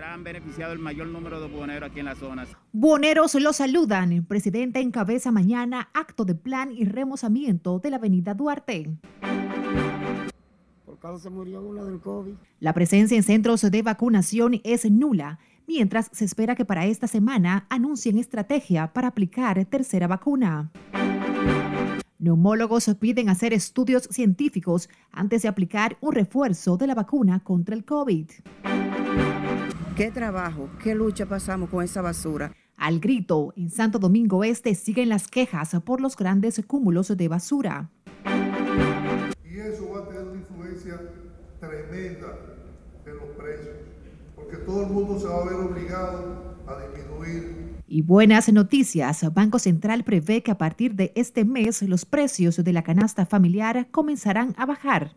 serán beneficiados el mayor número de buhoneros aquí en la zona. Buhoneros lo saludan. El presidente encabeza mañana acto de plan y remozamiento de la avenida Duarte. Por causa se murió uno del COVID. La presencia en centros de vacunación es nula, mientras se espera que para esta semana anuncien estrategia para aplicar tercera vacuna. Neumólogos piden hacer estudios científicos antes de aplicar un refuerzo de la vacuna contra el COVID. ¿Qué trabajo, qué lucha pasamos con esa basura? Al grito, en Santo Domingo Este siguen las quejas por los grandes cúmulos de basura. Y eso va a tener una influencia tremenda en los precios, porque todo el mundo se va a ver obligado a disminuir. Y buenas noticias, Banco Central prevé que a partir de este mes los precios de la canasta familiar comenzarán a bajar.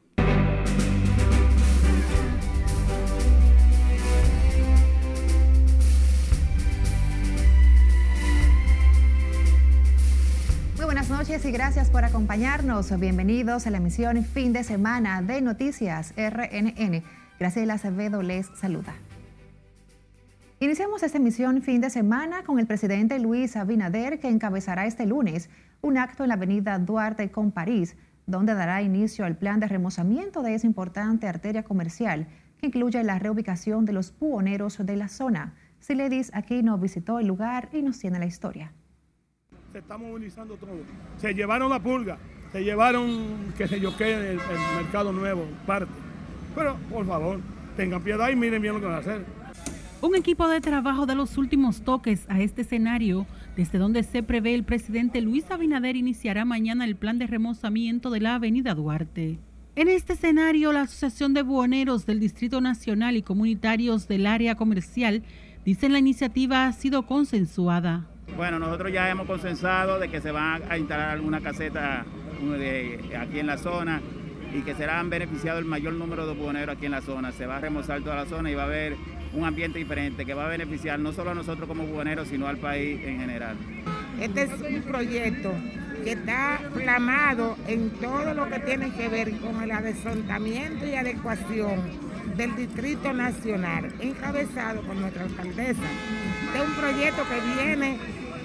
Muy buenas noches y gracias por acompañarnos. Bienvenidos a la emisión fin de semana de Noticias RNN. Graciela Acevedo les saluda. Iniciamos esta emisión fin de semana con el presidente Luis Abinader, que encabezará este lunes un acto en la avenida Duarte con París, donde dará inicio al plan de remozamiento de esa importante arteria comercial que incluye la reubicación de los buhoneros de la zona. Siledis Aquino visitó el lugar y nos tiene la historia. Se está movilizando todo. Se llevaron la pulga, se llevaron, qué sé yo qué, el mercado nuevo, parte. Pero, por favor, tengan piedad y miren bien lo que van a hacer. Un equipo de trabajo de los últimos toques a este escenario, desde donde se prevé el presidente Luis Abinader iniciará mañana el plan de remozamiento de la avenida Duarte. En este escenario, la Asociación de Buhoneros del Distrito Nacional y comunitarios del área comercial dicen la iniciativa ha sido consensuada. Bueno, nosotros ya hemos consensado de que se va a instalar alguna caseta aquí en la zona y que serán beneficiados el mayor número de buhoneros aquí en la zona. Se va a remozar toda la zona y va a haber un ambiente diferente que va a beneficiar no solo a nosotros como buhoneros, sino al país en general. Este es un proyecto que está plasmado en todo lo que tiene que ver con el adesontamiento y adecuación del Distrito Nacional, encabezado por nuestra alcaldesa. Este es un proyecto que viene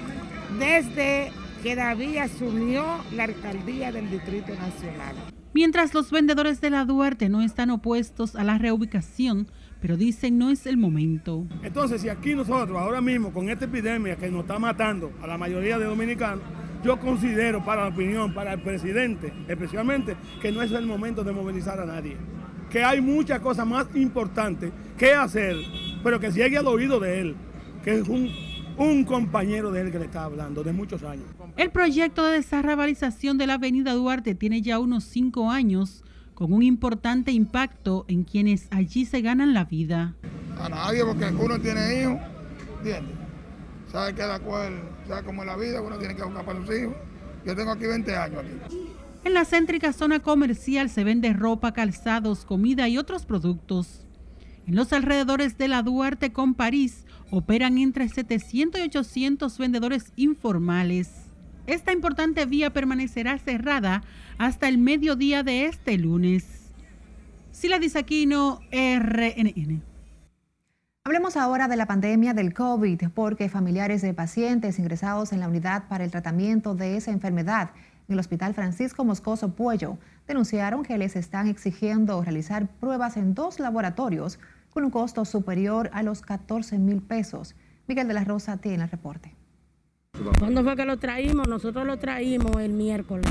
desde que David asumió la alcaldía del Distrito Nacional. Mientras los vendedores de la Duarte no están opuestos a la reubicación, pero dicen no es el momento. Entonces, si aquí nosotros, ahora mismo, con esta epidemia que nos está matando a la mayoría de dominicanos, yo considero, para la opinión, para el presidente, especialmente, que no es el momento de movilizar a nadie. Que hay muchas cosas más importantes que hacer, pero que llegue al oído de él, que es un compañero de él que le está hablando de muchos años. El proyecto de desarrabalización de la avenida Duarte tiene ya unos 5 años, con un importante impacto en quienes allí se ganan la vida. A nadie, porque uno tiene hijos, ¿entiendes? Sabe que la cual, sabe cómo es la vida, uno tiene que buscar para sus hijos. Yo tengo aquí 20 años aquí. En la céntrica zona comercial se vende ropa, calzados, comida y otros productos. En los alrededores de la Duarte con París operan entre 700 y 800 vendedores informales. Esta importante vía permanecerá cerrada hasta el mediodía de este lunes. Siledis Aquino, RNN. Hablemos ahora de la pandemia del COVID, porque familiares de pacientes ingresados en la unidad para el tratamiento de esa enfermedad en el Hospital Francisco Moscoso Puello denunciaron que les están exigiendo realizar pruebas en 2 laboratorios con un costo superior a los 14,000 pesos. Miguel de la Rosa tiene el reporte. ¿Cuándo fue que lo traímos? Nosotros lo traímos el miércoles.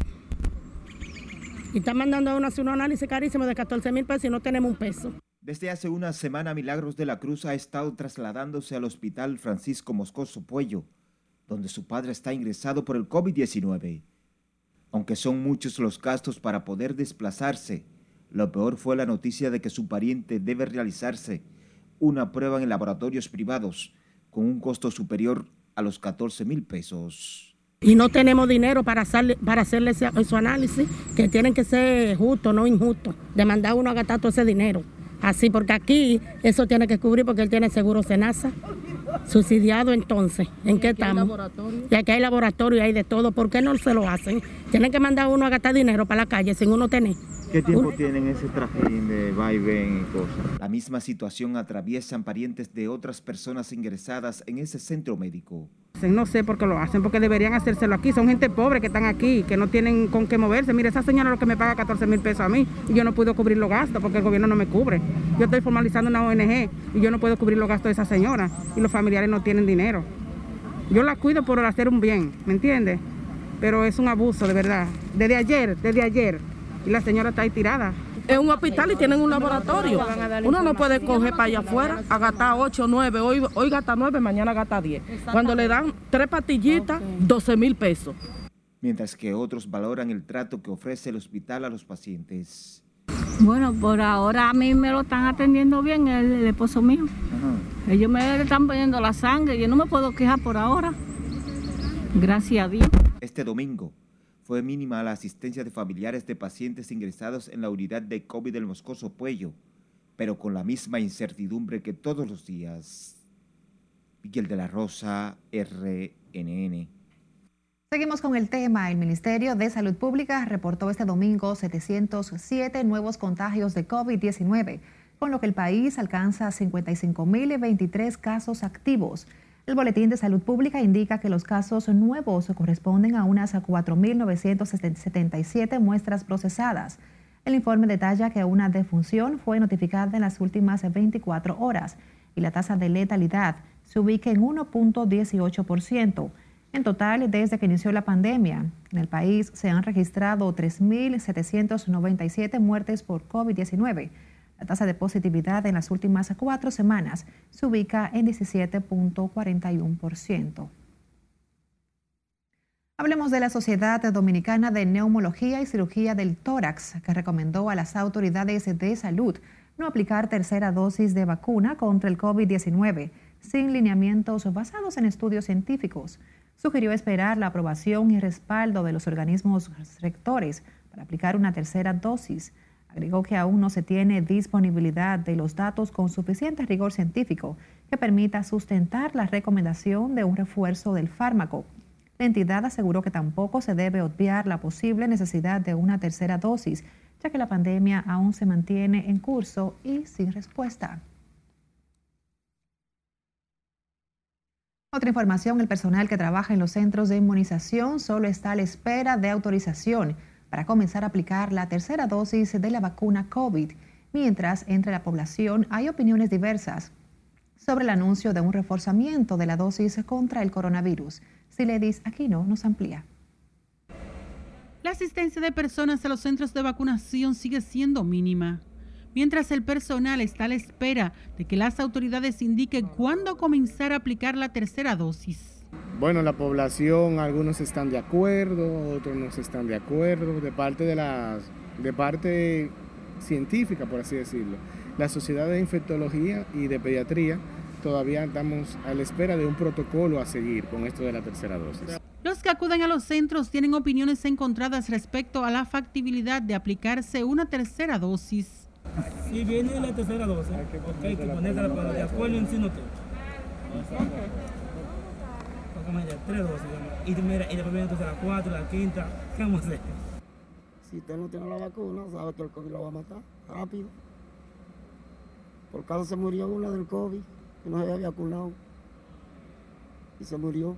Y están mandando a uno a hacer un análisis carísimo de 14,000 pesos y no tenemos un peso. Desde hace una semana, Milagros de la Cruz ha estado trasladándose al Hospital Francisco Moscoso Puello, donde su padre está ingresado por el COVID-19. Aunque son muchos los gastos para poder desplazarse, lo peor fue la noticia de que su pariente debe realizarse una prueba en laboratorios privados con un costo superior a los 14,000 pesos. Y no tenemos dinero para hacerle su análisis, que tienen que ser justo, no injusto, de mandar a uno a gastar todo ese dinero. Así, porque aquí eso tiene que cubrir porque él tiene seguro Senasa, subsidiado. Entonces, ¿en qué estamos? Y aquí hay laboratorio y hay de todo. ¿Por qué no se lo hacen? Tienen que mandar a uno a gastar dinero para la calle sin uno tener. ¿Qué tiempo tienen ese trajín de va y ven y cosas? La misma situación atraviesan parientes de otras personas ingresadas en ese centro médico. No sé por qué lo hacen, porque deberían hacérselo aquí. Son gente pobre que están aquí, que no tienen con qué moverse. Mire, esa señora lo que me paga 14,000 pesos a mí y yo no puedo cubrir los gastos porque el gobierno no me cubre. Yo estoy formalizando una ONG y yo no puedo cubrir los gastos de esa señora y los familiares no tienen dinero. Yo la cuido por hacer un bien, ¿me entiendes? Pero es un abuso, de verdad. Desde ayer. Y la señora está ahí tirada. Es un hospital y tienen un laboratorio. Uno no puede coger para allá afuera a gastar 8, 9, hoy gasta 9, mañana gasta 10. Cuando le dan 3 pastillitas, 12,000 pesos. Mientras que otros valoran el trato que ofrece el hospital a los pacientes. Bueno, por ahora a mí me lo están atendiendo bien, el esposo mío. Ajá. Ellos me están poniendo la sangre, yo no me puedo quejar por ahora. Gracias a Dios. Este domingo fue mínima la asistencia de familiares de pacientes ingresados en la unidad de COVID del Moscoso Puello, pero con la misma incertidumbre que todos los días. Miguel de la Rosa, RNN. Seguimos con el tema. El Ministerio de Salud Pública reportó este domingo 707 nuevos contagios de COVID-19, con lo que el país alcanza 55.023 casos activos. El Boletín de Salud Pública indica que los casos nuevos corresponden a unas 4.977 muestras procesadas. El informe detalla que una defunción fue notificada en las últimas 24 horas y la tasa de letalidad se ubica en 1.18%. En total, desde que inició la pandemia, en el país se han registrado 3.797 muertes por COVID-19. La tasa de positividad en las últimas 4 semanas se ubica en 17.41%. Hablemos de la Sociedad Dominicana de Neumología y Cirugía del Tórax, que recomendó a las autoridades de salud no aplicar tercera dosis de vacuna contra el COVID-19 sin lineamientos basados en estudios científicos. Sugirió esperar la aprobación y respaldo de los organismos rectores para aplicar una tercera dosis. Agregó que aún no se tiene disponibilidad de los datos con suficiente rigor científico que permita sustentar la recomendación de un refuerzo del fármaco. La entidad aseguró que tampoco se debe obviar la posible necesidad de una tercera dosis, ya que la pandemia aún se mantiene en curso y sin respuesta. Otra información, el personal que trabaja en los centros de inmunización solo está a la espera de autorización para comenzar a aplicar la tercera dosis de la vacuna COVID, mientras entre la población hay opiniones diversas sobre el anuncio de un reforzamiento de la dosis contra el coronavirus. Siledis Aquino nos amplía. La asistencia de personas a los centros de vacunación sigue siendo mínima, mientras el personal está a la espera de que las autoridades indiquen cuándo comenzar a aplicar la tercera dosis. Bueno, la población, algunos están de acuerdo, otros no están de acuerdo, de parte científica, por así decirlo. La Sociedad de Infectología y de Pediatría todavía estamos a la espera de un protocolo a seguir con esto de la tercera dosis. Los que acuden a los centros tienen opiniones encontradas respecto a la factibilidad de aplicarse una tercera dosis. Si viene la tercera dosis, hay que ponerla para de acuerdo en sí no tengo. Porque 3 dosis, y después viene la 4, la 5, ¿qué vamos a hacer? Si usted no tiene la vacuna, sabe que el COVID lo va a matar rápido. Por caso se murió una del COVID, que no se había vacunado, y se murió.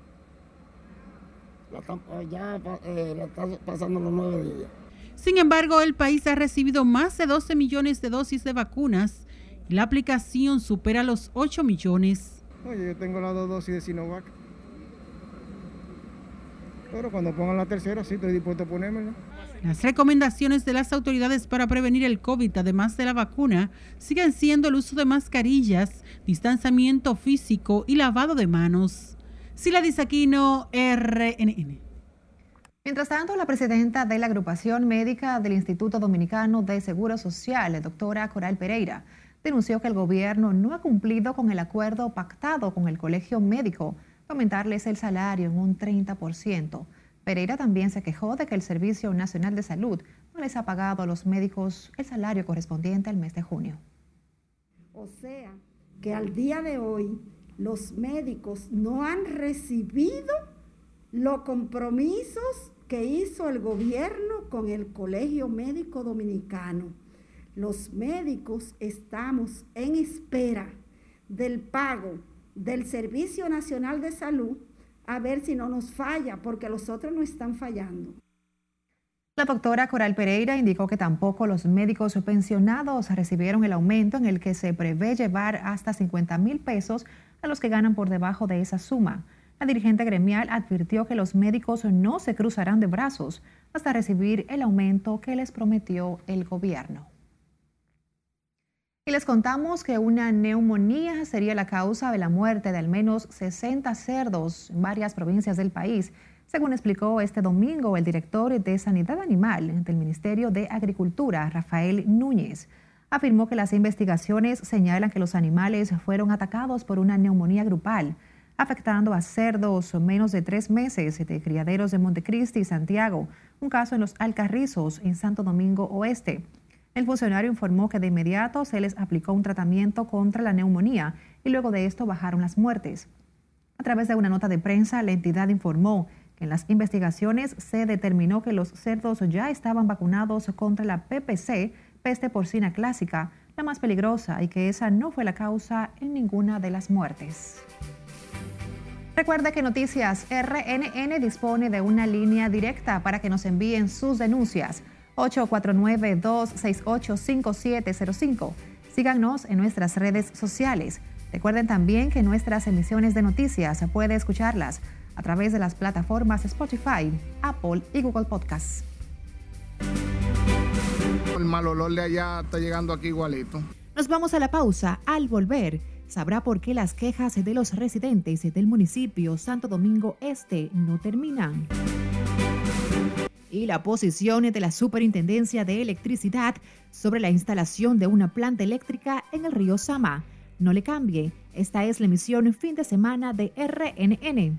Ya está pasando los 9 días. Sin embargo, el país ha recibido más de 12 millones de dosis de vacunas y la aplicación supera los 8 millones. Oye, yo tengo las 2 dosis de Sinovac. Pero cuando pongan la tercera, sí, estoy dispuesto a ponérmela. Las recomendaciones de las autoridades para prevenir el COVID, además de la vacuna, siguen siendo el uso de mascarillas, distanciamiento físico y lavado de manos. Siledis Aquino, RNN. Mientras tanto, la presidenta de la agrupación médica del Instituto Dominicano de Seguro Social, la doctora Coral Pereira, denunció que el gobierno no ha cumplido con el acuerdo pactado con el Colegio Médico de aumentarles el salario en un 30%. Pereira también se quejó de que el Servicio Nacional de Salud no les ha pagado a los médicos el salario correspondiente al mes de junio. O sea, que al día de hoy los médicos no han recibido los compromisos que hizo el gobierno con el Colegio Médico Dominicano. Los médicos estamos en espera del pago del Servicio Nacional de Salud, a ver si no nos falla, porque los otros no están fallando. La doctora Coral Pereira indicó que tampoco los médicos pensionados recibieron el aumento en el que se prevé llevar hasta 50,000 pesos a los que ganan por debajo de esa suma. La dirigente gremial advirtió que los médicos no se cruzarán de brazos hasta recibir el aumento que les prometió el gobierno. Y les contamos que una neumonía sería la causa de la muerte de al menos 60 cerdos en varias provincias del país, según explicó este domingo el director de Sanidad Animal del Ministerio de Agricultura, Rafael Núñez. Afirmó que las investigaciones señalan que los animales fueron atacados por una neumonía grupal, afectando a cerdos menos de 3 meses de criaderos de Montecristi y Santiago, un caso en Los Alcarrizos, en Santo Domingo Oeste. El funcionario informó que de inmediato se les aplicó un tratamiento contra la neumonía y luego de esto bajaron las muertes. A través de una nota de prensa, la entidad informó que en las investigaciones se determinó que los cerdos ya estaban vacunados contra la PPC, peste porcina clásica, la más peligrosa, y que esa no fue la causa en ninguna de las muertes. Recuerde que Noticias RNN dispone de una línea directa para que nos envíen sus denuncias. 849-268-5705. Síganos en nuestras redes sociales. Recuerden también que nuestras emisiones de noticias se puede escucharlas a través de las plataformas Spotify, Apple y Google Podcasts. El mal olor de allá está llegando aquí igualito. Nos vamos a la pausa. Al volver, sabrá por qué las quejas de los residentes del municipio Santo Domingo Este no terminan. Y la posición de la Superintendencia de Electricidad sobre la instalación de una planta eléctrica en el río Sama. No le cambie. Esta es la emisión fin de semana de RNN.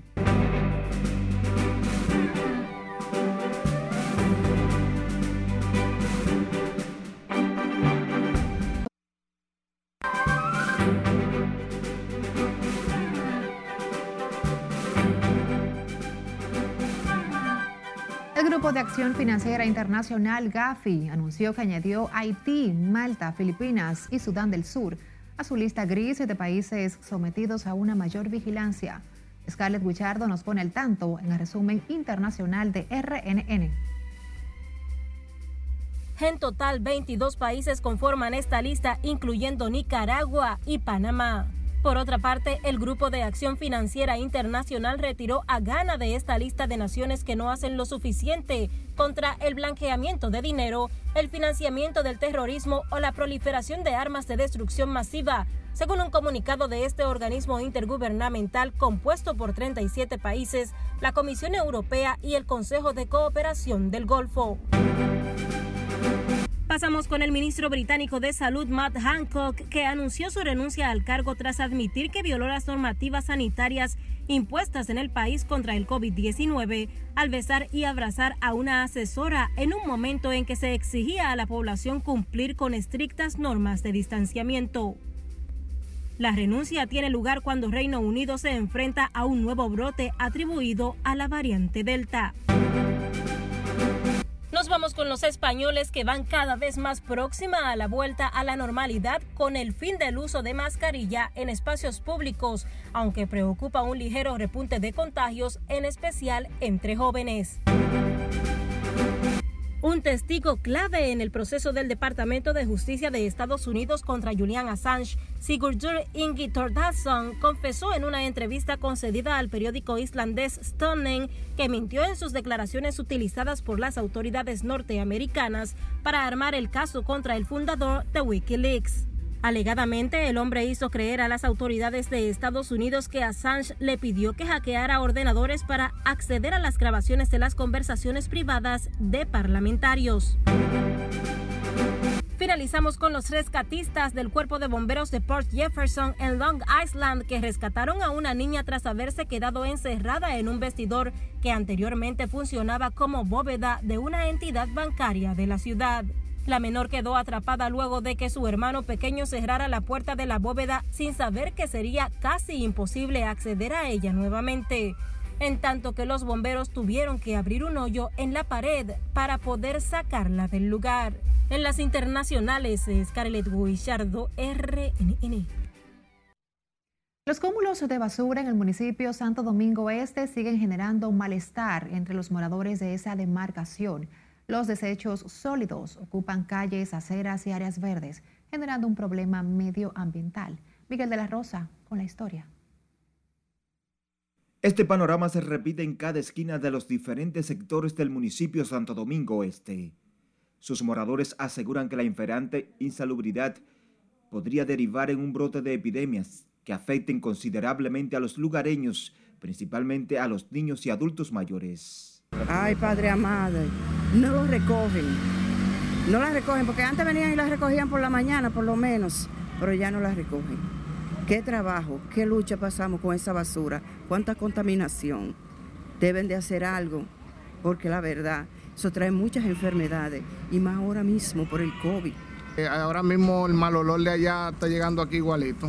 El Grupo de Acción Financiera Internacional, GAFI, anunció que añadió Haití, Malta, Filipinas y Sudán del Sur a su lista gris de países sometidos a una mayor vigilancia. Scarlett Guichardo nos pone al tanto en el resumen internacional de RNN. En total, 22 países conforman esta lista, incluyendo Nicaragua y Panamá. Por otra parte, el Grupo de Acción Financiera Internacional retiró a Ghana de esta lista de naciones que no hacen lo suficiente contra el blanqueamiento de dinero, el financiamiento del terrorismo o la proliferación de armas de destrucción masiva, según un comunicado de este organismo intergubernamental compuesto por 37 países, la Comisión Europea y el Consejo de Cooperación del Golfo. Pasamos con el ministro británico de Salud, Matt Hancock, que anunció su renuncia al cargo tras admitir que violó las normativas sanitarias impuestas en el país contra el COVID-19 al besar y abrazar a una asesora en un momento en que se exigía a la población cumplir con estrictas normas de distanciamiento. La renuncia tiene lugar cuando Reino Unido se enfrenta a un nuevo brote atribuido a la variante Delta. Nos vamos con los españoles, que van cada vez más próxima a la vuelta a la normalidad con el fin del uso de mascarilla en espacios públicos, aunque preocupa un ligero repunte de contagios, en especial entre jóvenes. Un testigo clave en el proceso del Departamento de Justicia de Estados Unidos contra Julian Assange, Sigurdur Ingi Thordarson, confesó en una entrevista concedida al periódico islandés Stønen que mintió en sus declaraciones utilizadas por las autoridades norteamericanas para armar el caso contra el fundador de Wikileaks. Alegadamente, el hombre hizo creer a las autoridades de Estados Unidos que Assange le pidió que hackeara ordenadores para acceder a las grabaciones de las conversaciones privadas de parlamentarios. Finalizamos con los rescatistas del Cuerpo de Bomberos de Port Jefferson en Long Island, que rescataron a una niña tras haberse quedado encerrada en un vestidor que anteriormente funcionaba como bóveda de una entidad bancaria de la ciudad. La menor quedó atrapada luego de que su hermano pequeño cerrara la puerta de la bóveda sin saber que sería casi imposible acceder a ella nuevamente. en tanto que los bomberos tuvieron que abrir un hoyo en la pared para poder sacarla del lugar. En las internacionales, Scarlett Guillardo, RNN. Los cúmulos de basura en el municipio Santo Domingo Este siguen generando malestar entre los moradores de esa demarcación. Los desechos sólidos ocupan calles, aceras y áreas verdes, generando un problema medioambiental. Miguel de la Rosa con la historia. Este panorama se repite en cada esquina de los diferentes sectores del municipio Santo Domingo Este. Sus moradores aseguran que la imperante insalubridad podría derivar en un brote de epidemias que afecten considerablemente a los lugareños, principalmente a los niños y adultos mayores. Ay, Padre amado, no los recogen. No las recogen, porque antes venían y las recogían por la mañana, por lo menos, pero ya no las recogen. Qué trabajo, qué lucha pasamos con esa basura, cuánta contaminación. Deben de hacer algo, porque la verdad, eso trae muchas enfermedades, y más ahora mismo por el COVID. Ahora mismo el mal olor de allá está llegando aquí igualito.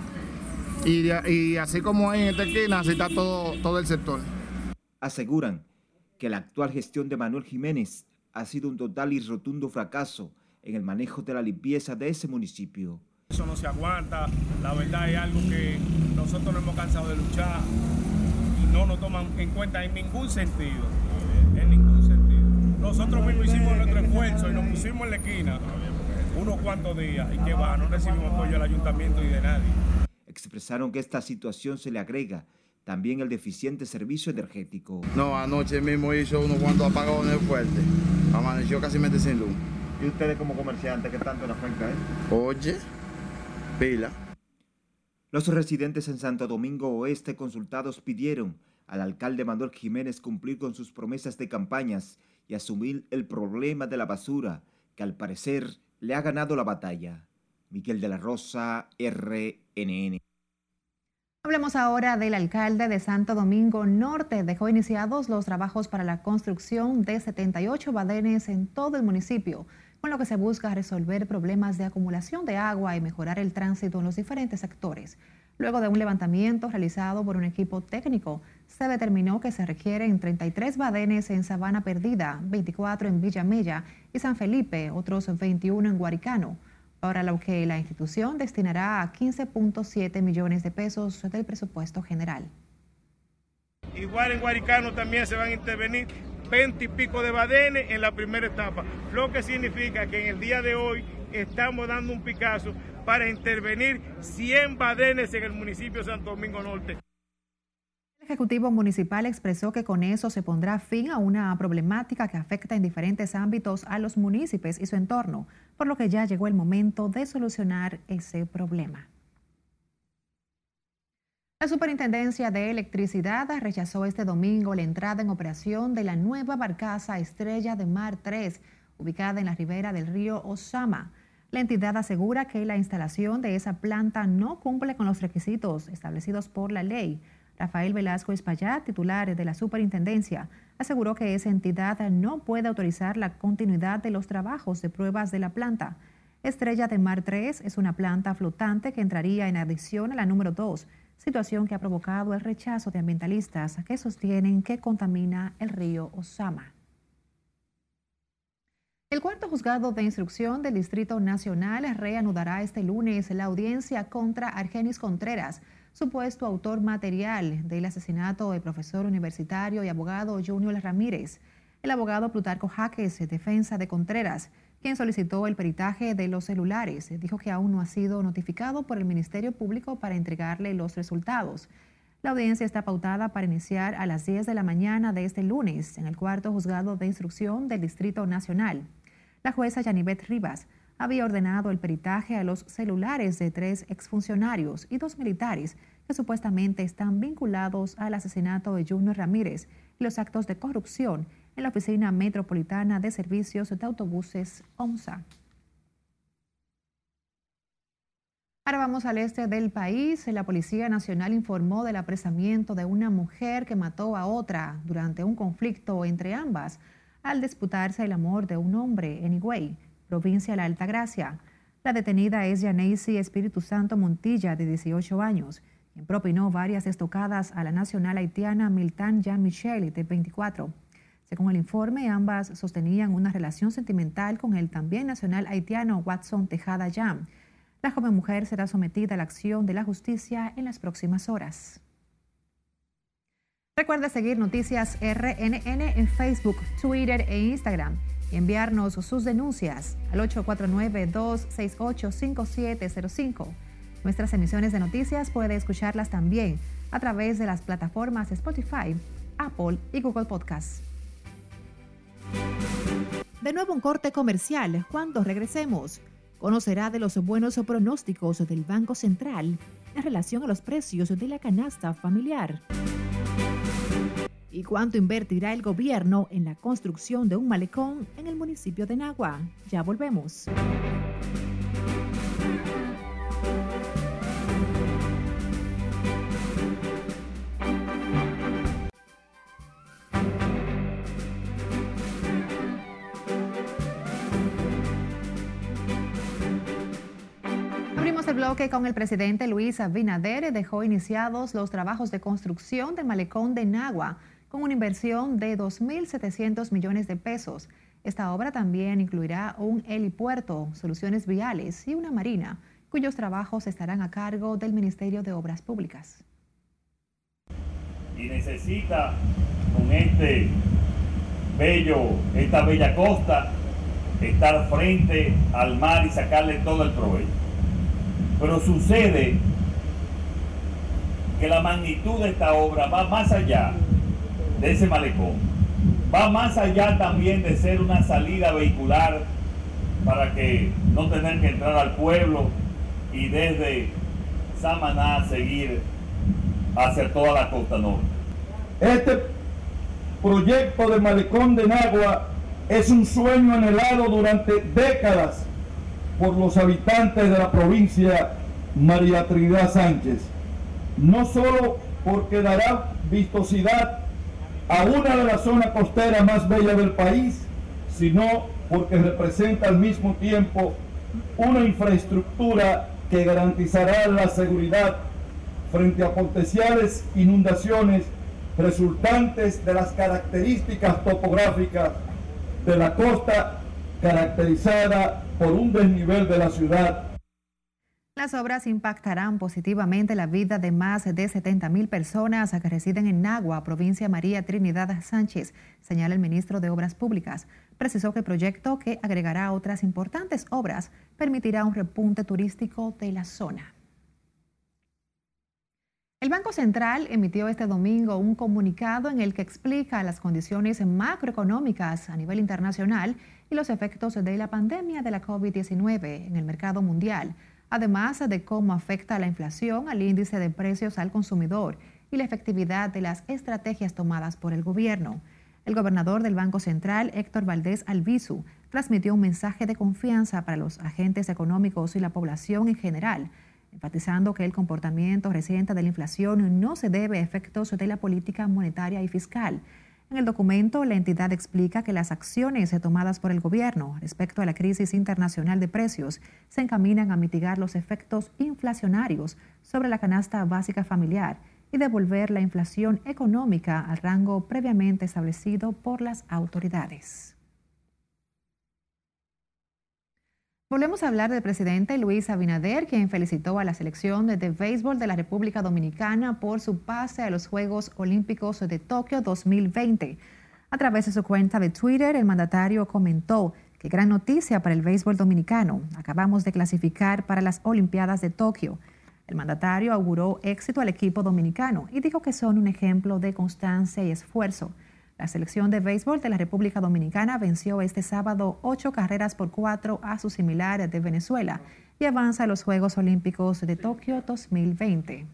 Y así como hay en esta esquina, así está todo el sector. Aseguran que la actual gestión de Manuel Jiménez ha sido un total y rotundo fracaso en el manejo de la limpieza de ese municipio. Eso no se aguanta, la verdad es algo que nosotros no hemos cansado de luchar y no nos toman en cuenta en ningún sentido, Nosotros mismos hicimos nuestro esfuerzo y nos pusimos en la esquina unos cuantos días y que va, no recibimos apoyo del ayuntamiento y de nadie. Expresaron que esta situación se le agrega también el deficiente servicio energético. No, anoche mismo hizo unos cuantos apagones fuertes, amaneció casi sin luz. ¿Y ustedes como comerciantes qué tanto les afecta esto? Oye, pila. Los residentes en Santo Domingo Oeste consultados pidieron al alcalde Manuel Jiménez cumplir con sus promesas de campañas y asumir el problema de la basura, que al parecer le ha ganado la batalla. Miguel de la Rosa, RNN. Hablemos ahora del alcalde de Santo Domingo Norte. Dejó iniciados los trabajos para la construcción de 78 badenes en todo el municipio, con lo que se busca resolver problemas de acumulación de agua y mejorar el tránsito en los diferentes sectores. Luego de un levantamiento realizado por un equipo técnico, se determinó que se requieren 33 badenes en Sabana Perdida, 24 en Villa Mella y San Felipe, otros 21 en Guaricano, para lo que la institución destinará a 15.7 millones de pesos del presupuesto general. Igual en Guaricano también se van a intervenir 20 y pico de badenes en la primera etapa, lo que significa que en el día de hoy estamos dando un picazo para intervenir 100 badenes en el municipio de Santo Domingo Norte. El Ejecutivo Municipal expresó que con eso se pondrá fin a una problemática que afecta en diferentes ámbitos a los municipios y su entorno, por lo que ya llegó el momento de solucionar ese problema. La Superintendencia de Electricidad rechazó este domingo la entrada en operación de la nueva barcaza Estrella de Mar 3, ubicada en la ribera del río Osama. La entidad asegura que la instalación de esa planta no cumple con los requisitos establecidos por la ley. Rafael Velasco Espaillat, titular de la Superintendencia, aseguró que esa entidad no puede autorizar la continuidad de los trabajos de pruebas de la planta. Estrella de Mar 3 es una planta flotante que entraría en adición a la número 2, situación que ha provocado el rechazo de ambientalistas que sostienen que contamina el río Osama. El cuarto juzgado de instrucción del Distrito Nacional reanudará este lunes la audiencia contra Argenis Contreras, supuesto autor material del asesinato del profesor universitario y abogado Junior Ramírez. El abogado Plutarco Jaques, defensa de Contreras, quien solicitó el peritaje de los celulares, dijo que aún no ha sido notificado por el Ministerio Público para entregarle los resultados. La audiencia está pautada para iniciar a las 10 de la mañana de este lunes en el cuarto juzgado de instrucción del Distrito Nacional. La jueza Yanivet Rivas había ordenado el peritaje a los celulares de 3 exfuncionarios y 2 militares que supuestamente están vinculados al asesinato de Junior Ramírez y los actos de corrupción en la Oficina Metropolitana de Servicios de Autobuses OMSA. Ahora vamos al este del país. La Policía Nacional informó del apresamiento de una mujer que mató a otra durante un conflicto entre ambas al disputarse el amor de un hombre en Higüey, provincia de la Altagracia. La detenida es Yaneisi Espíritu Santo Montilla, de 18 años, quien propinó varias estocadas a la nacional haitiana Miltan Jean-Michel, de 24. Según el informe, ambas sostenían una relación sentimental con el también nacional haitiano Watson Tejada Jam. La joven mujer será sometida a la acción de la justicia en las próximas horas. Recuerde seguir Noticias RNN en Facebook, Twitter e Instagram y enviarnos sus denuncias al 849-268-5705. Nuestras emisiones de noticias puede escucharlas también a través de las plataformas Spotify, Apple y Google Podcasts. De nuevo un corte comercial. Cuando regresemos, conocerá de los buenos pronósticos del Banco Central en relación a los precios de la canasta familiar. ¿Y cuánto invertirá el gobierno en la construcción de un malecón en el municipio de Nagua? Ya volvemos. Abrimos el bloque con el presidente Luis Abinader. Dejó iniciados los trabajos de construcción del malecón de Nagua, con una inversión de 2.700 millones de pesos. Esta obra también incluirá un helipuerto, soluciones viales y una marina, cuyos trabajos estarán a cargo del Ministerio de Obras Públicas. Y necesita con esta bella costa estar frente al mar y sacarle todo el provecho. Pero sucede que la magnitud de esta obra va más allá de ese malecón, va más allá también de ser una salida vehicular para que no tener que entrar al pueblo y desde Samaná seguir hacia toda la costa norte. Este proyecto del malecón de Nagua es un sueño anhelado durante décadas por los habitantes de la provincia María Trinidad Sánchez, no solo porque dará vistosidad a una de las zonas costeras más bellas del país, sino porque representa al mismo tiempo una infraestructura que garantizará la seguridad frente a potenciales inundaciones resultantes de las características topográficas de la costa, caracterizada por un desnivel de la ciudad. Las obras impactarán positivamente la vida de más de 70,000 personas que residen en Nagua, provincia María Trinidad Sánchez, señala el ministro de Obras Públicas. Precisó que el proyecto, que agregará otras importantes obras, permitirá un repunte turístico de la zona. El Banco Central emitió este domingo un comunicado en el que explica las condiciones macroeconómicas a nivel internacional y los efectos de la pandemia de la COVID-19 en el mercado mundial, además de cómo afecta la inflación al índice de precios al consumidor y la efectividad de las estrategias tomadas por el gobierno. El gobernador del Banco Central, Héctor Valdés Albizu, transmitió un mensaje de confianza para los agentes económicos y la población en general, enfatizando que el comportamiento reciente de la inflación no se debe a efectos de la política monetaria y fiscal. En el documento, la entidad explica que las acciones tomadas por el gobierno respecto a la crisis internacional de precios se encaminan a mitigar los efectos inflacionarios sobre la canasta básica familiar y devolver la inflación económica al rango previamente establecido por las autoridades. Volvemos a hablar del presidente Luis Abinader, quien felicitó a la selección de béisbol de la República Dominicana por su pase a los Juegos Olímpicos de Tokio 2020. A través de su cuenta de Twitter, el mandatario comentó: "Qué gran noticia para el béisbol dominicano. Acabamos de clasificar para las Olimpiadas de Tokio". El mandatario auguró éxito al equipo dominicano y dijo que son un ejemplo de constancia y esfuerzo. La selección de béisbol de la República Dominicana venció este sábado 8-4 a su similar de Venezuela y avanza a los Juegos Olímpicos de Tokio 2020.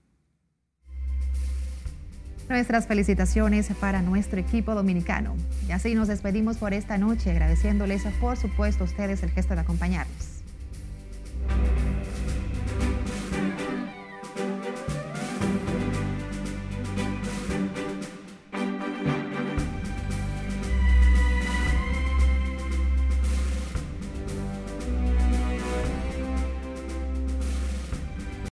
Nuestras felicitaciones para nuestro equipo dominicano. Y así nos despedimos por esta noche, agradeciéndoles por supuesto a ustedes el gesto de acompañarnos.